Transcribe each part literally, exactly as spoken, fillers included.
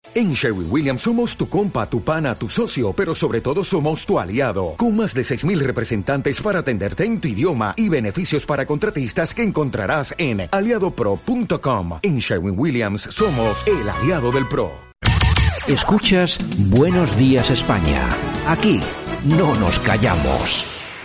En Sherwin-Williams somos tu compa, tu pana, tu socio, pero sobre todo somos tu aliado, con más de seis mil representantes para atenderte en tu idioma y beneficios para contratistas que encontrarás en aliado pro punto com. En Sherwin-Williams somos el aliado del pro. Escuchas Buenos Días España. Aquí no nos callamos.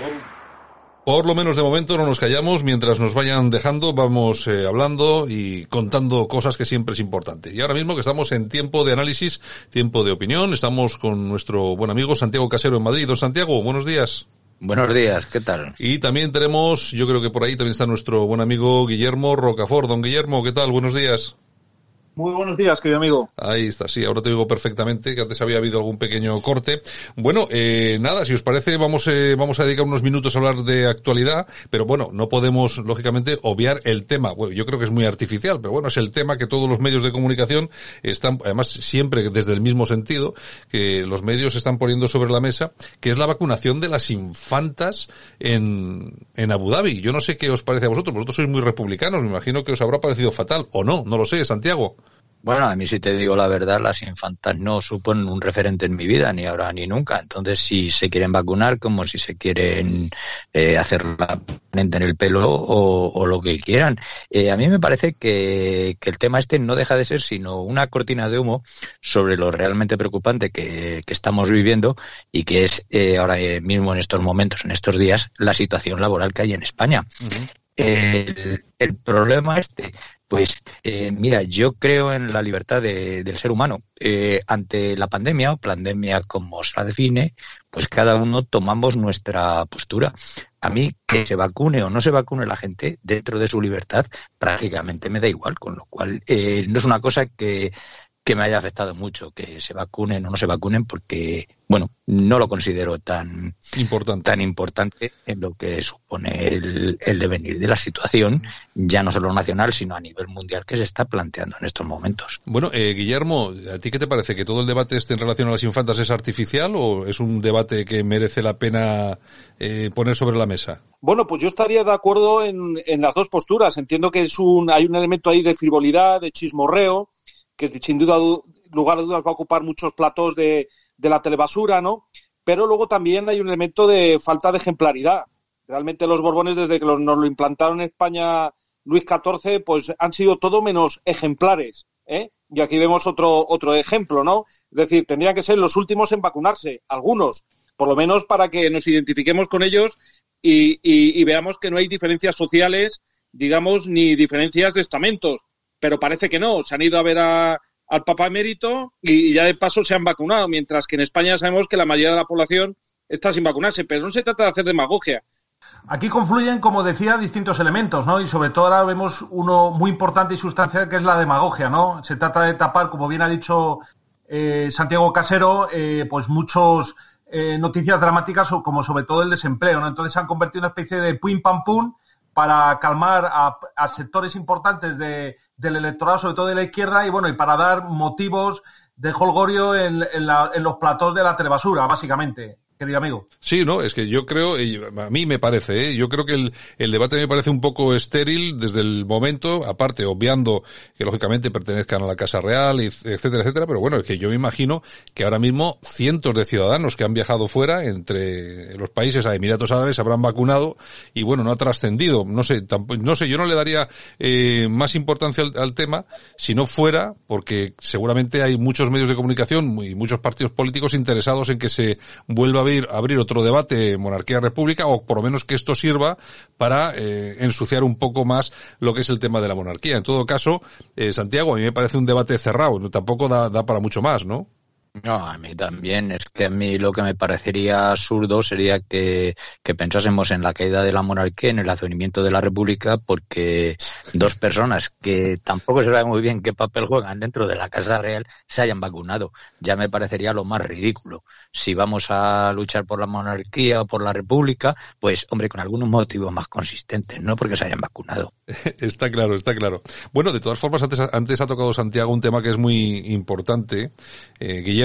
Por lo menos de momento no nos callamos. Mientras nos vayan dejando, vamos eh, hablando y contando cosas que siempre es importante. Y ahora mismo que estamos en tiempo de análisis, tiempo de opinión, estamos con nuestro buen amigo Santiago Casero en Madrid. Don Santiago, buenos días. Buenos días, ¿qué tal? Y también tenemos, yo creo que por ahí también está nuestro buen amigo Guillermo Rocafort. Don Guillermo, ¿qué tal? Buenos días. Muy buenos días, querido amigo. Ahí está, sí, ahora te digo perfectamente, que antes había habido algún pequeño corte. Bueno, eh, nada, si os parece, vamos eh, vamos a dedicar unos minutos a hablar de actualidad, pero bueno, no podemos, lógicamente, obviar el tema. Bueno, yo creo que es muy artificial, pero bueno, es el tema que todos los medios de comunicación están, además, siempre desde el mismo sentido, que los medios están poniendo sobre la mesa, que es la vacunación de las infantas en, en Abu Dhabi. Yo no sé qué os parece a vosotros, vosotros sois muy republicanos, me imagino que os habrá parecido fatal, o no, no lo sé, Santiago. Bueno, a mí si te digo la verdad, las infantas no suponen un referente en mi vida, ni ahora ni nunca. Entonces, si se quieren vacunar, como si se quieren eh, hacer la en el pelo o, o lo que quieran. Eh, a mí me parece que, que el tema este no deja de ser sino una cortina de humo sobre lo realmente preocupante que, que estamos viviendo y que es eh, ahora mismo en estos momentos, en estos días, la situación laboral que hay en España. Uh-huh. El, el problema este, pues eh, mira, yo creo en la libertad de, del ser humano. Eh, ante la pandemia o pandemia como se la define, pues cada uno tomamos nuestra postura. A mí que se vacune o no se vacune la gente dentro de su libertad prácticamente me da igual, con lo cual eh, no es una cosa que que me haya afectado mucho, que se vacunen o no se vacunen, porque, bueno, no lo considero tan importante, tan importante en lo que supone el, el devenir de la situación, ya no solo nacional, sino a nivel mundial que se está planteando en estos momentos. Bueno, eh, Guillermo, ¿a ti qué te parece? ¿Que todo el debate este en relación a las infantas es artificial o es un debate que merece la pena eh, poner sobre la mesa? Bueno, pues yo estaría de acuerdo en, en las dos posturas. Entiendo que es un hay un elemento ahí de frivolidad, de chismorreo, que sin duda, lugar a dudas va a ocupar muchos platos de, de la telebasura, ¿no? Pero luego también hay un elemento de falta de ejemplaridad. Realmente los Borbones, desde que los, nos lo implantaron en España Luis catorce, pues han sido todo menos ejemplares, ¿eh? Y aquí vemos otro otro ejemplo, ¿no? Es decir, tendrían que ser los últimos en vacunarse, algunos, por lo menos para que nos identifiquemos con ellos y, y, y veamos que no hay diferencias sociales, digamos, ni diferencias de estamentos. Pero parece que no, se han ido a ver a, al Papa Emérito y ya de paso se han vacunado, mientras que en España sabemos que la mayoría de la población está sin vacunarse, pero no se trata de hacer demagogia. Aquí confluyen, como decía, distintos elementos, ¿no? Y sobre todo ahora vemos uno muy importante y sustancial, que es la demagogia, ¿no? Se trata de tapar, como bien ha dicho eh, Santiago Casero, eh, pues muchos eh, noticias dramáticas, como sobre todo el desempleo, ¿no? Entonces se han convertido en una especie de pim pam pum para calmar a, a sectores importantes de, del electorado, sobre todo de la izquierda, y bueno, y para dar motivos de jolgorio en, en, la, en los platós de la telebasura, básicamente. Querido amigo. Sí, no, es que yo creo, a mí me parece, ¿eh? yo creo que el, el debate me parece un poco estéril desde el momento, aparte, obviando que lógicamente pertenezcan a la Casa Real, etcétera, etcétera, pero bueno, es que yo me imagino que ahora mismo cientos de ciudadanos que han viajado fuera, entre los países a Emiratos Árabes, habrán vacunado y bueno, no ha trascendido, no sé, tampoco, no sé, yo no le daría eh, más importancia al, al tema si no fuera porque seguramente hay muchos medios de comunicación y muchos partidos políticos interesados en que se vuelva a abrir, abrir otro debate monarquía-república, o por lo menos que esto sirva para eh, ensuciar un poco más lo que es el tema de la monarquía. En todo caso, eh, Santiago, a mí me parece un debate cerrado, tampoco da, da para mucho más, ¿no? No, a mí también. Es que a mí lo que me parecería absurdo sería que, que pensásemos en la caída de la monarquía, en el advenimiento de la república, porque dos personas que tampoco se sabe muy bien qué papel juegan dentro de la Casa Real se hayan vacunado. Ya me parecería lo más ridículo. Si vamos a luchar por la monarquía o por la república, pues, hombre, con algunos motivos más consistentes, no porque se hayan vacunado. Está claro, está claro. Bueno, de todas formas, antes, antes ha tocado Santiago un tema que es muy importante, eh, Guillermo,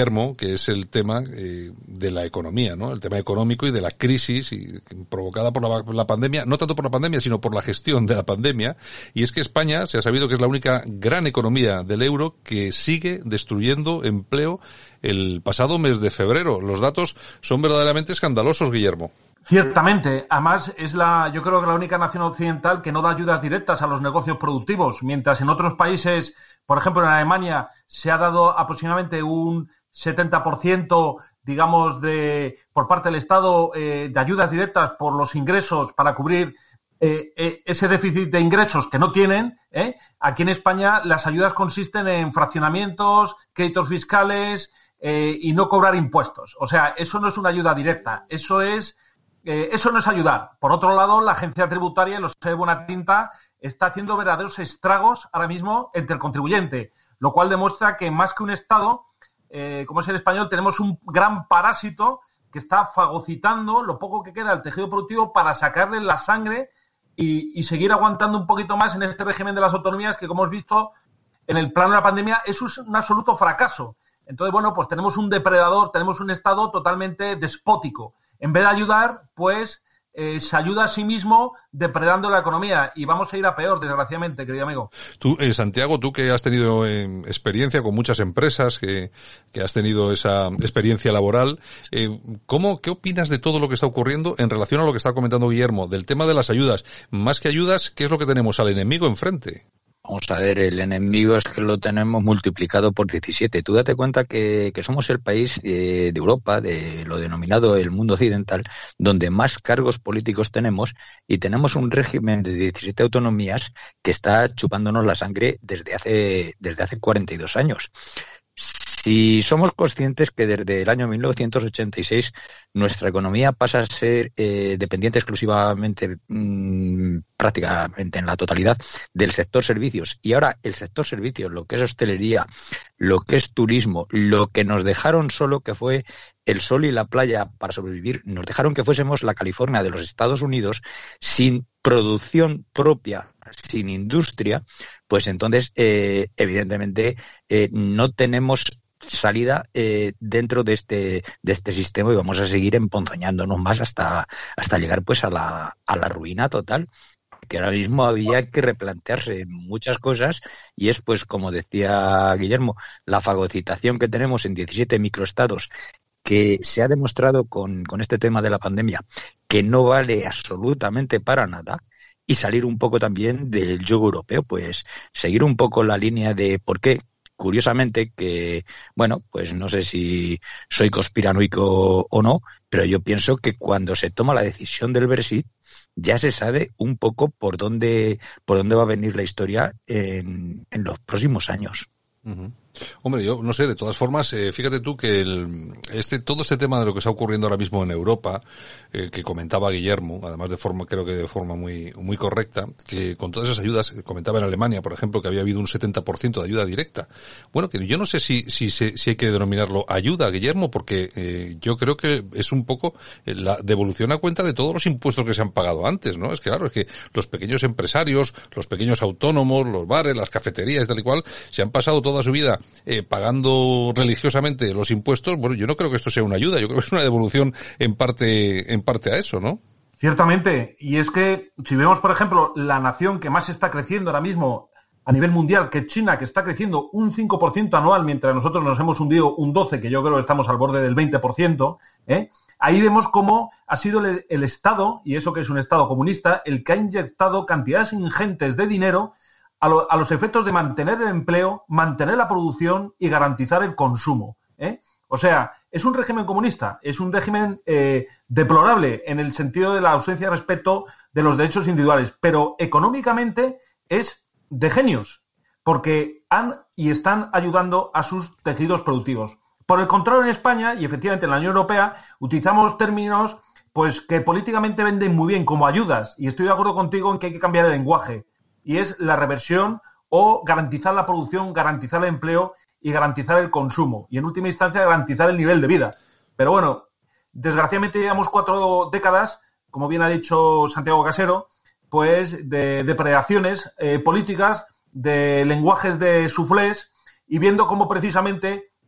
Guillermo, que es el tema eh, de la economía, ¿no? El tema económico y de la crisis y, provocada por la, por la pandemia, no tanto por la pandemia, sino por la gestión de la pandemia. Y es que España se ha sabido que es la única gran economía del euro que sigue destruyendo empleo el pasado mes de febrero. Los datos son verdaderamente escandalosos, Guillermo. Ciertamente. Además, es la, yo creo que la única nación occidental que no da ayudas directas a los negocios productivos, mientras en otros países, por ejemplo en Alemania, se ha dado aproximadamente un setenta por ciento, digamos, de por parte del Estado eh, de ayudas directas por los ingresos para cubrir eh, eh, ese déficit de ingresos que no tienen. ¿eh? Aquí en España las ayudas consisten en fraccionamientos, créditos fiscales eh, y no cobrar impuestos. O sea, eso no es una ayuda directa, eso es Eh, eso no es ayudar. Por otro lado, la agencia tributaria, lo sé de buena tinta, está haciendo verdaderos estragos ahora mismo entre el contribuyente, lo cual demuestra que más que un Estado, eh, como es el español, tenemos un gran parásito que está fagocitando lo poco que queda del tejido productivo para sacarle la sangre y, y seguir aguantando un poquito más en este régimen de las autonomías que, como hemos visto, en el plano de la pandemia, eso es un absoluto fracaso. Entonces, bueno, pues tenemos un depredador, tenemos un Estado totalmente despótico. En vez de ayudar, pues eh, se ayuda a sí mismo depredando la economía y vamos a ir a peor, desgraciadamente, querido amigo. Tú, eh, Santiago, tú que has tenido eh, experiencia con muchas empresas, que, que has tenido esa experiencia laboral, eh, ¿cómo, qué opinas de todo lo que está ocurriendo en relación a lo que está comentando Guillermo, del tema de las ayudas? Más que ayudas, ¿qué es lo que tenemos al enemigo enfrente? Vamos a ver, el enemigo es que lo tenemos multiplicado por diecisiete. Tú date cuenta que, que somos el país eh, de Europa, de lo denominado el mundo occidental, donde más cargos políticos tenemos y tenemos un régimen de diecisiete autonomías que está chupándonos la sangre desde hace, desde hace cuarenta y dos años. Si somos conscientes que desde el año mil novecientos ochenta y seis nuestra economía pasa a ser eh, dependiente exclusivamente, mmm, prácticamente en la totalidad, del sector servicios, y ahora el sector servicios, lo que es hostelería, lo que es turismo, lo que nos dejaron solo que fue el sol y la playa para sobrevivir, nos dejaron que fuésemos la California de los Estados Unidos sin producción propia, sin industria, pues entonces eh, evidentemente eh, no tenemos salida eh, dentro de este de este sistema y vamos a seguir emponzoñándonos más hasta hasta llegar pues a la a la ruina total, que ahora mismo había que replantearse muchas cosas y es, pues como decía Guillermo, la fagocitación que tenemos en diecisiete microestados, que se ha demostrado con, con este tema de la pandemia que no vale absolutamente para nada, y salir un poco también del yugo europeo, pues seguir un poco la línea de por qué, curiosamente, que, bueno, pues no sé si soy conspiranoico o no, pero yo pienso que cuando se toma la decisión del Brexit ya se sabe un poco por dónde por dónde va a venir la historia en, en los próximos años. Uh-huh. Hombre, yo no sé, de todas formas, eh, fíjate tú que el, este todo este tema de lo que está ocurriendo ahora mismo en Europa, eh, que comentaba Guillermo, además de forma, creo que de forma muy muy correcta, que con todas esas ayudas, comentaba en Alemania, por ejemplo, que había habido un setenta por ciento de ayuda directa. Bueno, que yo no sé si si si, si hay que denominarlo ayuda, Guillermo, porque eh, yo creo que es un poco la devolución a cuenta de todos los impuestos que se han pagado antes, ¿no? Es que claro, es que los pequeños empresarios, los pequeños autónomos, los bares, las cafeterías, tal y cual, se han pasado toda su vida Eh, pagando religiosamente los impuestos. Bueno, yo no creo que esto sea una ayuda, yo creo que es una devolución en parte en parte a eso, ¿no? Ciertamente, y es que si vemos, por ejemplo, la nación que más está creciendo ahora mismo a nivel mundial, que es China, que está creciendo un cinco por ciento anual, mientras nosotros nos hemos hundido un doce por ciento, que yo creo que estamos al borde del veinte por ciento, ¿eh? Ahí vemos cómo ha sido el, el Estado, y eso que es un Estado comunista, el que ha inyectado cantidades ingentes de dinero A, lo, a los efectos de mantener el empleo, mantener la producción y garantizar el consumo, ¿eh? O sea, es un régimen comunista, es un régimen eh, deplorable en el sentido de la ausencia de respeto de los derechos individuales, pero económicamente es de genios, porque han y están ayudando a sus tejidos productivos. Por el contrario, en España, y efectivamente en la Unión Europea, utilizamos términos pues que políticamente venden muy bien como ayudas, y estoy de acuerdo contigo en que hay que cambiar el lenguaje, y es la reversión o garantizar la producción, garantizar el empleo y garantizar el consumo. Y en última instancia, garantizar el nivel de vida. Pero bueno, desgraciadamente llevamos cuatro décadas, como bien ha dicho Santiago Casero, pues de depredaciones eh, políticas, de lenguajes de suflés, y viendo cómo precisamente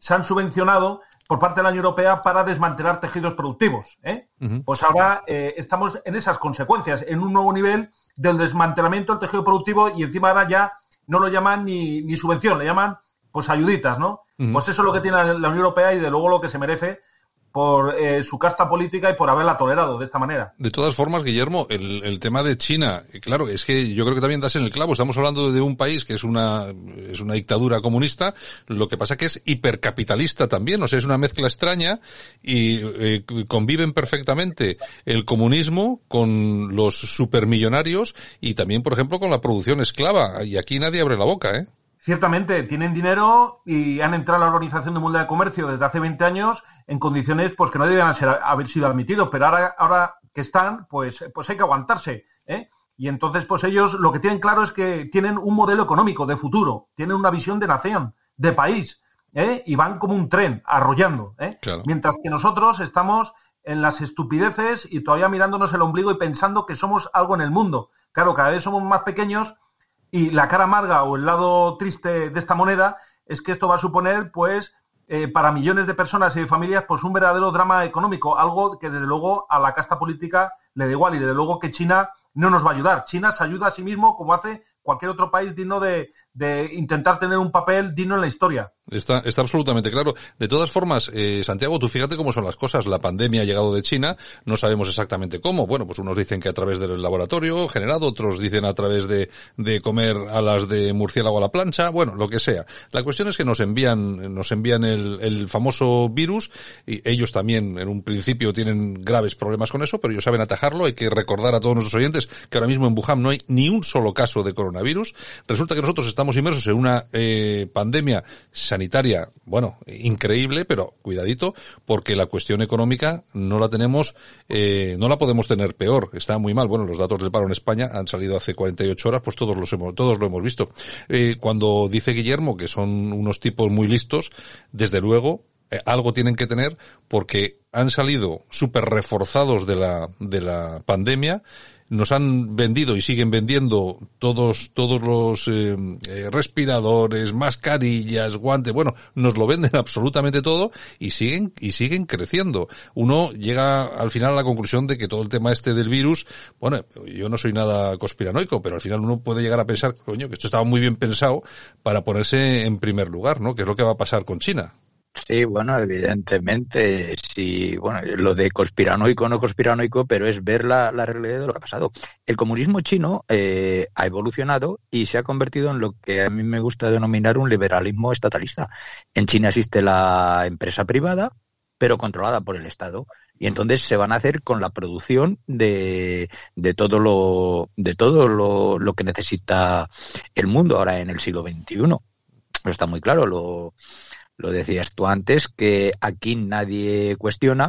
se han subvencionado por parte de la Unión Europea para desmantelar tejidos productivos, ¿eh? Uh-huh. Pues ahora eh, estamos en esas consecuencias, en un nuevo nivel del desmantelamiento del tejido productivo y encima ahora ya no lo llaman ni, ni subvención, le llaman pues ayuditas, ¿no? Uh-huh. Pues eso es lo que tiene la Unión Europea y de luego lo que se merece por eh, su casta política y por haberla tolerado de esta manera. De todas formas, Guillermo, el, el tema de China, claro, es que yo creo que también das en el clavo. Estamos hablando de un país que es una es una dictadura comunista, lo que pasa que es hipercapitalista también, o sea, es una mezcla extraña y eh, conviven perfectamente el comunismo con los supermillonarios y también, por ejemplo, con la producción esclava. Y aquí nadie abre la boca, ¿eh? Ciertamente, tienen dinero y han entrado a la Organización Mundial de Comercio desde hace veinte años en condiciones pues que no debían ser, haber sido admitidos, pero ahora ahora que están, pues pues hay que aguantarse, ¿eh? Y entonces, pues ellos lo que tienen claro es que tienen un modelo económico de futuro, tienen una visión de nación, de país, ¿eh? Y van como un tren, arrollando, ¿eh? Claro. Mientras que nosotros estamos en las estupideces y todavía mirándonos el ombligo y pensando que somos algo en el mundo. Claro, cada vez somos más pequeños. Y la cara amarga o el lado triste de esta moneda es que esto va a suponer, pues, eh, para millones de personas y de familias, pues un verdadero drama económico, algo que desde luego a la casta política le da igual y desde luego que China no nos va a ayudar. China se ayuda a sí mismo como hace cualquier otro país digno de, de intentar tener un papel digno en la historia. Está, está absolutamente claro. De todas formas, eh, Santiago, tú fíjate cómo son las cosas. La pandemia ha llegado de China, no sabemos exactamente cómo. Bueno, pues unos dicen que a través del laboratorio generado, otros dicen a través de, de comer alas de murciélago a la plancha, bueno, lo que sea. La cuestión es que nos envían, nos envían el, el famoso virus, y ellos también en un principio tienen graves problemas con eso, pero ellos saben atajarlo. Hay que recordar a todos nuestros oyentes que ahora mismo en Wuhan no hay ni un solo caso de coronavirus. Resulta que nosotros estamos inmersos en una eh, pandemia sanitaria, bueno, increíble, pero cuidadito, porque la cuestión económica no la tenemos, eh, no la podemos tener peor, está muy mal. Bueno, los datos del paro en España han salido hace cuarenta y ocho horas, pues todos los hemos, todos lo hemos visto. Eh, cuando dice Guillermo que son unos tipos muy listos, desde luego, eh, algo tienen que tener, porque han salido súper reforzados de la, de la pandemia. Nos han vendido y siguen vendiendo todos todos los eh, eh, respiradores, mascarillas, guantes, bueno, nos lo venden absolutamente todo y siguen y siguen creciendo. Uno llega al final a la conclusión de que todo el tema este del virus, bueno, yo no soy nada conspiranoico, pero al final uno puede llegar a pensar, coño, que esto estaba muy bien pensado para ponerse en primer lugar, ¿no? Que es lo que va a pasar con China. Sí, bueno, evidentemente, sí, bueno, lo de conspiranoico, no conspiranoico, pero es ver la, la realidad de lo que ha pasado. El comunismo chino eh, ha evolucionado y se ha convertido en lo que a mí me gusta denominar un liberalismo estatalista. En China existe la empresa privada, pero controlada por el Estado. Y entonces se van a hacer con la producción de, de todo lo, de todo lo, lo que necesita el mundo ahora en el siglo veintiuno. Eso está muy claro, lo... Lo decías tú antes, que aquí nadie cuestiona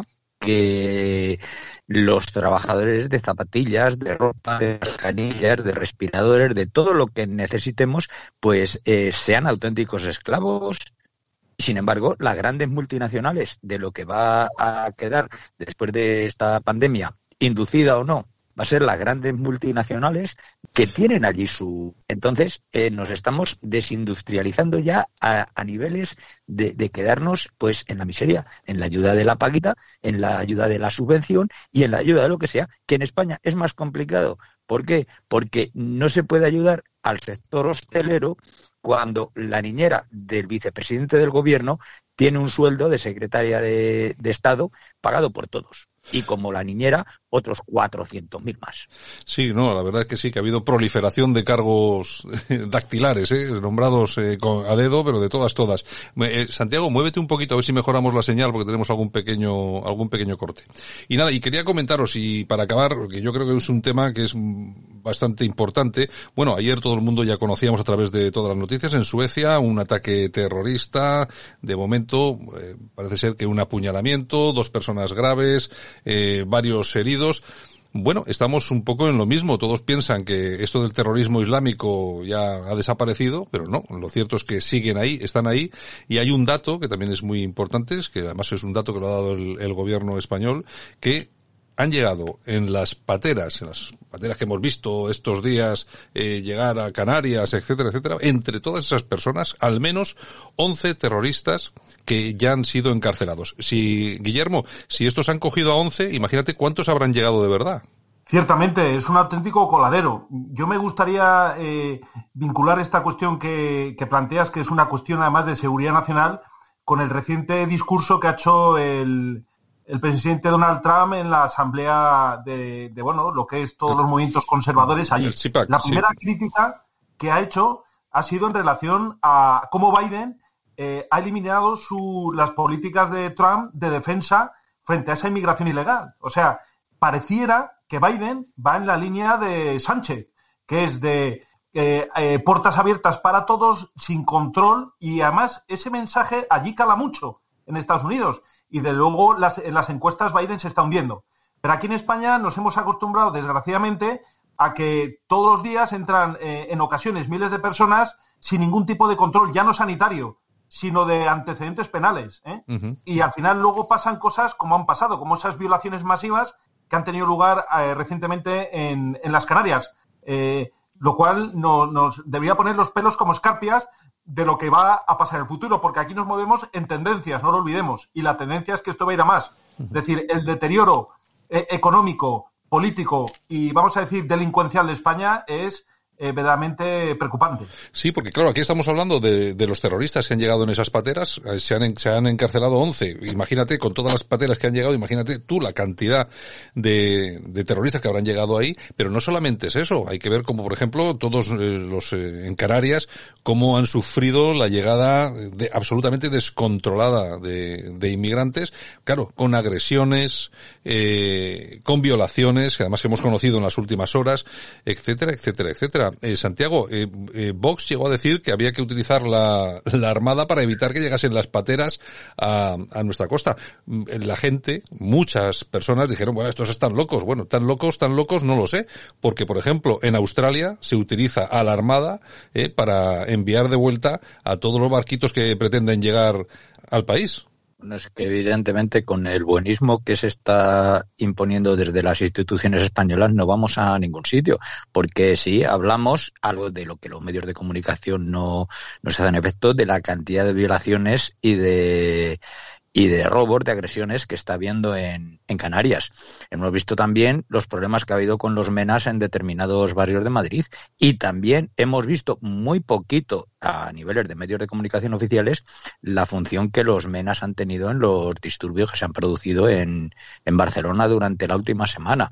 que los trabajadores de zapatillas, de ropa, de canillas, de respiradores, de todo lo que necesitemos, pues eh, sean auténticos esclavos. Sin embargo, las grandes multinacionales, de lo que va a quedar después de esta pandemia, inducida o no, va a ser las grandes multinacionales que tienen allí su... Entonces, eh, nos estamos desindustrializando ya a, a niveles de, de quedarnos pues en la miseria, en la ayuda de la paguita, en la ayuda de la subvención y en la ayuda de lo que sea, que en España es más complicado. ¿Por qué? Porque no se puede ayudar al sector hostelero cuando la niñera del vicepresidente del gobierno tiene un sueldo de secretaria de, de Estado pagado por todos. Y como la niñera, otros cuatrocientos mil más. Sí, no, la verdad es que sí, que ha habido proliferación de cargos dactilares, ¿eh? nombrados eh, con, a dedo, pero de todas, todas. Eh, Santiago, muévete un poquito a ver si mejoramos la señal, porque tenemos algún pequeño algún pequeño corte. Y nada, y quería comentaros, y para acabar, porque yo creo que es un tema que es bastante importante. Bueno, ayer todo el mundo ya conocíamos a través de todas las noticias, en Suecia, un ataque terrorista, de momento, eh, parece ser que un apuñalamiento, dos personas graves, eh, varios heridos. Bueno, estamos un poco en lo mismo. Todos piensan que esto del terrorismo islámico ya ha desaparecido, pero no. Lo cierto es que siguen ahí, están ahí. Y hay un dato que también es muy importante, es que además es un dato que lo ha dado el, el gobierno español, que han llegado en las pateras, en las pateras que hemos visto estos días eh, llegar a Canarias, etcétera, etcétera, entre todas esas personas, al menos once terroristas que ya han sido encarcelados. Si, Guillermo, si estos han cogido a once, imagínate cuántos habrán llegado de verdad. Ciertamente, es un auténtico coladero. Yo me gustaría eh, vincular esta cuestión que, que planteas, que es una cuestión además de seguridad nacional, con el reciente discurso que ha hecho el, el presidente Donald Trump en la asamblea de, de bueno, lo que es todos los movimientos conservadores allí. El C PAC, la primera sí. crítica que ha hecho ha sido en relación a cómo Biden eh, ha eliminado su, las políticas de Trump de defensa frente a esa inmigración ilegal. O sea, pareciera que Biden va en la línea de Sánchez, que es de eh, eh, puertas abiertas para todos, sin control, y además ese mensaje allí cala mucho en Estados Unidos. Y de luego las, en las encuestas Biden se está hundiendo. Pero aquí en España nos hemos acostumbrado, desgraciadamente, a que todos los días entran eh, en ocasiones miles de personas sin ningún tipo de control, ya no sanitario, sino de antecedentes penales. ¿eh? Uh-huh. Y al final luego pasan cosas como han pasado, como esas violaciones masivas que han tenido lugar eh, recientemente en, en las Canarias, eh, lo cual no, nos debería poner los pelos como escarpias de lo que va a pasar en el futuro, porque aquí nos movemos en tendencias, no lo olvidemos, y la tendencia es que esto va a ir a más. Es decir, el deterioro eh, económico, político y, vamos a decir, delincuencial de España es Eh, verdaderamente preocupante. Sí, porque claro, aquí estamos hablando de, de los terroristas que han llegado en esas pateras, eh, se han, se han encarcelado once. Imagínate, con todas las pateras que han llegado, imagínate tú la cantidad de, de terroristas que habrán llegado ahí, pero no solamente es eso, hay que ver como, por ejemplo, todos eh, los eh, en Canarias, cómo han sufrido la llegada de, absolutamente descontrolada de, de inmigrantes, claro, con agresiones, eh, con violaciones, que además hemos conocido en las últimas horas, etcétera, etcétera, etcétera. Eh, Santiago, eh, eh, Vox llegó a decir que había que utilizar la, la Armada para evitar que llegasen las pateras a, a nuestra costa. La gente, muchas personas dijeron, bueno, estos están locos. Bueno, tan locos, tan locos, no lo sé. Porque, por ejemplo, en Australia se utiliza a la Armada eh, para enviar de vuelta a todos los barquitos que pretenden llegar al país. No, es que evidentemente con el buenismo que se está imponiendo desde las instituciones españolas no vamos a ningún sitio, porque sí hablamos algo de lo que los medios de comunicación no nos hacen efecto, de la cantidad de violaciones y de y de robos, de agresiones que está habiendo en, en Canarias. Hemos visto también los problemas que ha habido con los menas en determinados barrios de Madrid, y también hemos visto muy poquito a niveles de medios de comunicación oficiales la función que los menas han tenido en los disturbios que se han producido en, en Barcelona durante la última semana.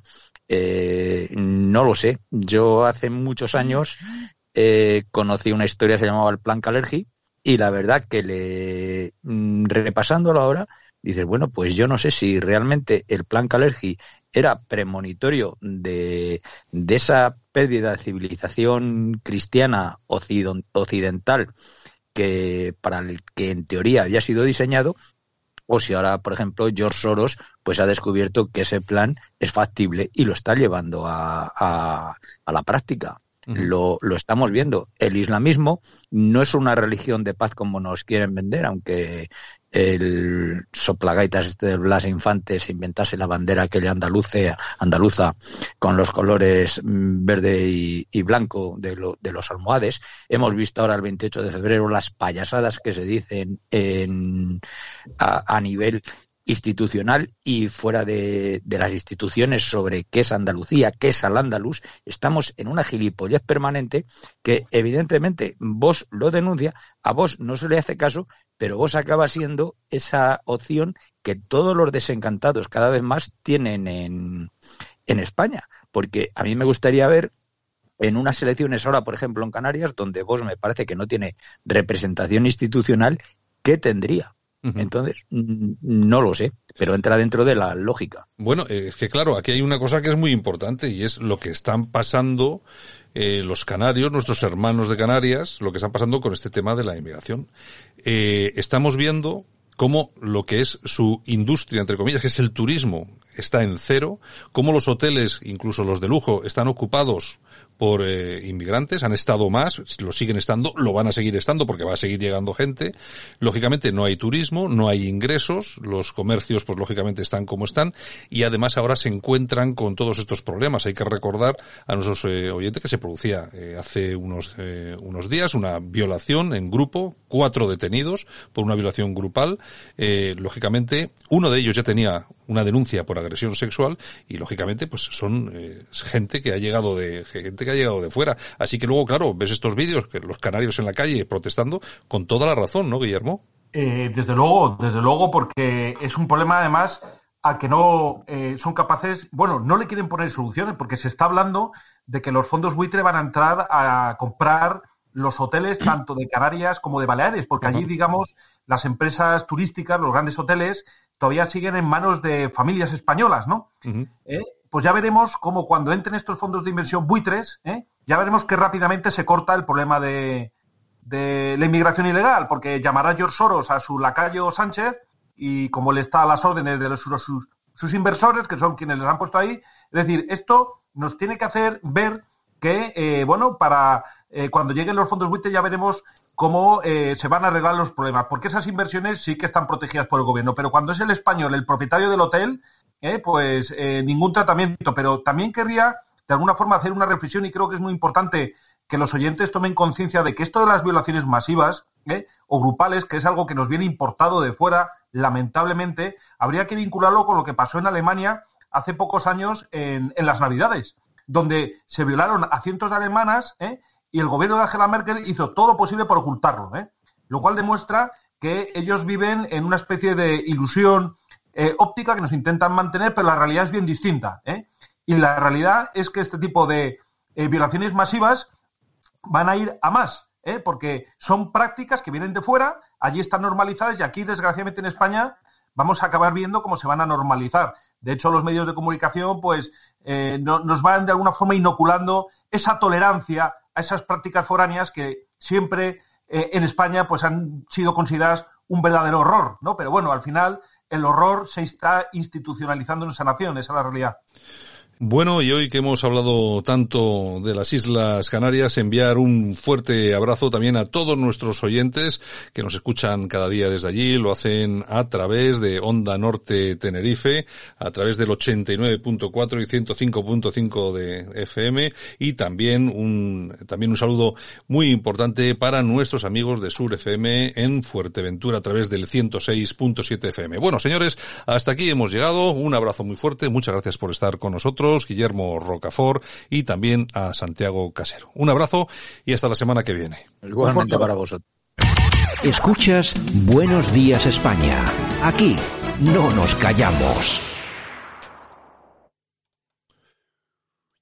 Eh, no lo sé. Yo hace muchos años eh, conocí una historia que se llamaba el Plan Kalergi, y la verdad que le repasándolo ahora, dices, bueno, pues yo no sé si realmente el Plan Kalergi era premonitorio de, de esa pérdida de civilización cristiana occidental que para el que en teoría había sido diseñado, o si ahora, por ejemplo, George Soros pues ha descubierto que ese plan es factible y lo está llevando a, a, a la práctica. Uh-huh. Lo, lo estamos viendo. El islamismo no es una religión de paz como nos quieren vender, aunque el soplagaitas este de Blas Infante se inventase la bandera aquella andaluce, andaluza con los colores verde y, y blanco de, lo, de los almohades. Hemos visto ahora el veintiocho de febrero las payasadas que se dicen en, a, a nivel institucional y fuera de, de las instituciones sobre qué es Andalucía, qué es Al-Ándalus. Estamos en una gilipollez permanente que evidentemente Vox lo denuncia, a Vox no se le hace caso, pero Vox acaba siendo esa opción que todos los desencantados cada vez más tienen en, en España, porque a mí me gustaría ver en unas elecciones ahora, por ejemplo, en Canarias, donde Vox me parece que no tiene representación institucional, ¿qué tendría? Entonces, no lo sé, pero entra dentro de la lógica. Bueno, es que claro, aquí hay una cosa que es muy importante y es lo que están pasando eh, los canarios, nuestros hermanos de Canarias, lo que están pasando con este tema de la inmigración. Eh, estamos viendo cómo lo que es su industria, entre comillas, que es el turismo, está en cero, cómo los hoteles, incluso los de lujo, están ocupados por eh, inmigrantes, han estado más, lo siguen estando, lo van a seguir estando porque va a seguir llegando gente. Lógicamente no hay turismo, no hay ingresos, los comercios pues lógicamente están como están y además ahora se encuentran con todos estos problemas. Hay que recordar a nuestros eh, oyentes que se producía eh, hace unos eh, unos días una violación en grupo, cuatro detenidos por una violación grupal. Eh, lógicamente uno de ellos ya tenía una denuncia por agresión sexual y lógicamente pues son eh, gente que ha llegado de gente que ha llegado de fuera. Así que luego, claro, ves estos vídeos que los canarios en la calle protestando con toda la razón, ¿no, Guillermo? Eh, desde luego, desde luego, porque es un problema además a que no eh, son capaces, bueno, no le quieren poner soluciones porque se está hablando de que los fondos buitre van a entrar a comprar los hoteles tanto de Canarias como de Baleares, porque allí, digamos, las empresas turísticas, los grandes hoteles, todavía siguen en manos de familias españolas, ¿no? Uh-huh. ¿Eh? Pues ya veremos cómo cuando entren estos fondos de inversión buitres, ¿eh? ya veremos que rápidamente se corta el problema de, de la inmigración ilegal, porque llamará George Soros a su lacayo Sánchez y como le está a las órdenes de los, sus, sus inversores, que son quienes les han puesto ahí, es decir, esto nos tiene que hacer ver que, eh, bueno, para eh, cuando lleguen los fondos buitres ya veremos cómo eh, se van a arreglar los problemas, porque esas inversiones sí que están protegidas por el gobierno, pero cuando es el español, el propietario del hotel, eh, pues eh, ningún tratamiento. Pero también querría, de alguna forma, hacer una reflexión y creo que es muy importante que los oyentes tomen conciencia de que esto de las violaciones masivas eh, o grupales, que es algo que nos viene importado de fuera, lamentablemente, habría que vincularlo con lo que pasó en Alemania hace pocos años en, en las Navidades, donde se violaron a cientos de alemanas, ¿eh? y el gobierno de Angela Merkel hizo todo lo posible por ocultarlo, ¿eh? Lo cual demuestra que ellos viven en una especie de ilusión eh, óptica que nos intentan mantener, pero la realidad es bien distinta, ¿eh? Y la realidad es que este tipo de eh, violaciones masivas van a ir a más, ¿eh? Porque son prácticas que vienen de fuera, allí están normalizadas y aquí, desgraciadamente, en España vamos a acabar viendo cómo se van a normalizar. De hecho, los medios de comunicación pues eh, no, nos van de alguna forma inoculando esa tolerancia a esas prácticas foráneas que siempre eh, en España pues han sido consideradas un verdadero horror, ¿no? Pero bueno, al final el horror se está institucionalizando en esa nación, esa es la realidad. Bueno, y hoy que hemos hablado tanto de las Islas Canarias, enviar un fuerte abrazo también a todos nuestros oyentes que nos escuchan cada día desde allí, lo hacen a través de Onda Norte Tenerife, a través del ochenta y nueve punto cuatro y ciento cinco punto cinco de F M, y también un también un saludo muy importante para nuestros amigos de Sur F M en Fuerteventura a través del ciento seis punto siete F M. Bueno, señores, hasta aquí hemos llegado, un abrazo muy fuerte, muchas gracias por estar con nosotros, Guillermo Rocafort y también a Santiago Casero. Un abrazo y hasta la semana que viene. Igualmente para vosotros. Escuchas Buenos Días España. Aquí no nos callamos.